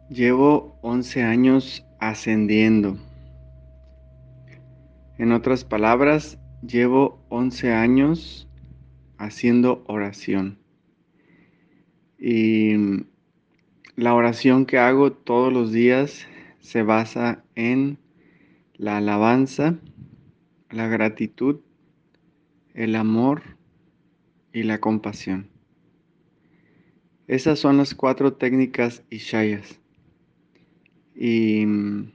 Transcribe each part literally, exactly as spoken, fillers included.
Llevo once años ascendiendo. En otras palabras, llevo once años haciendo oración. Y mm, la oración que hago todos los días se basa en la alabanza, la gratitud, el amor y la compasión. Esas son las cuatro técnicas Ishayas. Y mm,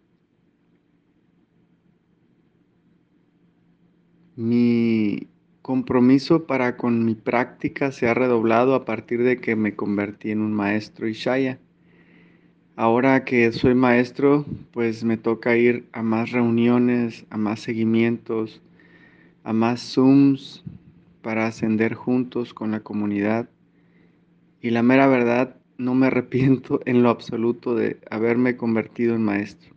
mi compromiso para con mi práctica se ha redoblado a partir de que me convertí en un maestro Ishaya. Ahora que soy maestro, pues me toca ir a más reuniones, a más seguimientos, a más Zooms para ascender juntos con la comunidad. Y la mera verdad, no me arrepiento en lo absoluto de haberme convertido en maestro.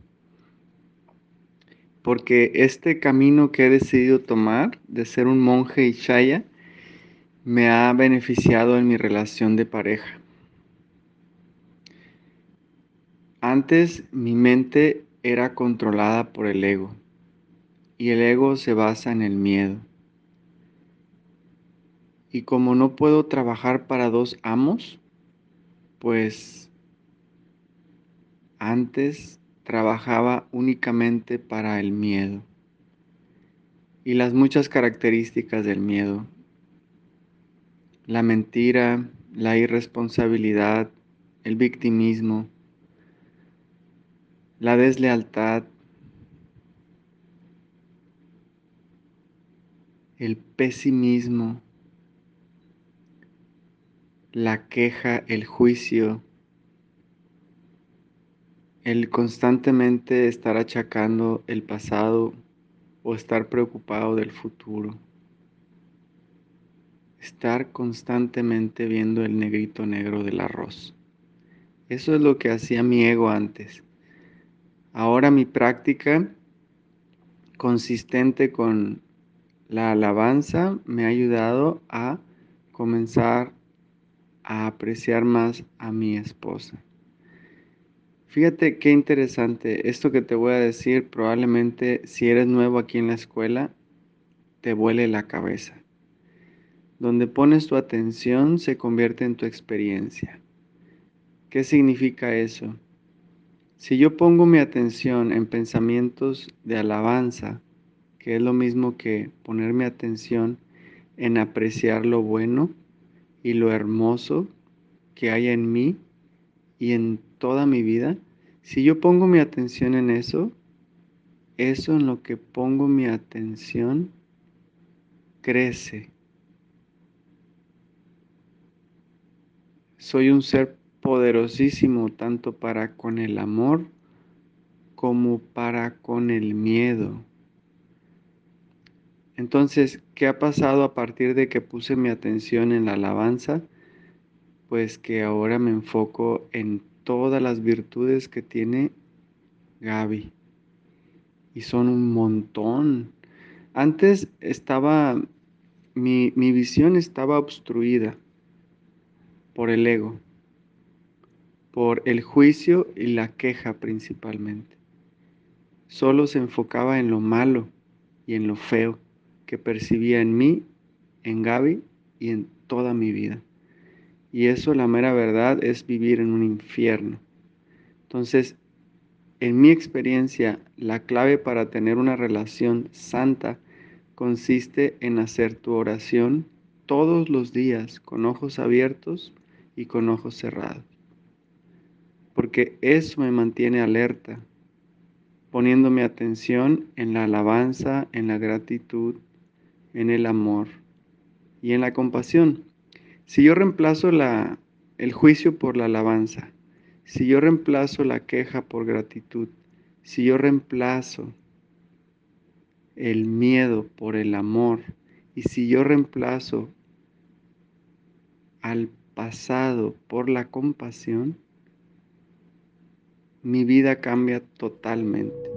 Porque este camino que he decidido tomar de ser un monje Ishaya me ha beneficiado en mi relación de pareja. Antes mi mente era controlada por el ego y el ego se basa en el miedo. Y como no puedo trabajar para dos amos, pues antes trabajaba únicamente para el miedo y las muchas características del miedo. La mentira, la irresponsabilidad, el victimismo, la deslealtad, el pesimismo, la queja, el juicio, el constantemente estar achacando el pasado o estar preocupado del futuro. Estar constantemente viendo el negrito negro del arroz. Eso es lo que hacía mi ego antes. Ahora mi práctica consistente con la alabanza me ha ayudado a comenzar a apreciar más a mi esposa. Fíjate qué interesante. Esto que te voy a decir, probablemente si eres nuevo aquí en la escuela, te vuele la cabeza. Donde pones tu atención se convierte en tu experiencia. ¿Qué significa eso? Si yo pongo mi atención en pensamientos de alabanza, que es lo mismo que poner mi atención en apreciar lo bueno y lo hermoso que hay en mí y en toda mi vida, si yo pongo mi atención en eso, eso en lo que pongo mi atención crece. Soy un ser poderosísimo tanto para con el amor como para con el miedo. Entonces, ¿qué ha pasado a partir de que puse mi atención en la alabanza? Pues que ahora me enfoco en todas las virtudes que tiene Gaby. Y son un montón. Antes estaba, mi, mi visión estaba obstruida por el ego, por el juicio y la queja principalmente. Solo se enfocaba en lo malo y en lo feo que percibía en mí, en Gaby y en toda mi vida. Y eso, la mera verdad, es vivir en un infierno. Entonces, en mi experiencia, la clave para tener una relación santa consiste en hacer tu oración todos los días con ojos abiertos y con ojos cerrados. Porque eso me mantiene alerta, poniendo mi atención en la alabanza, en la gratitud, en el amor y en la compasión. Si yo reemplazo la, el juicio por la alabanza, si yo reemplazo la queja por gratitud, si yo reemplazo el miedo por el amor, y si yo reemplazo al pasado por la compasión, mi vida cambia totalmente.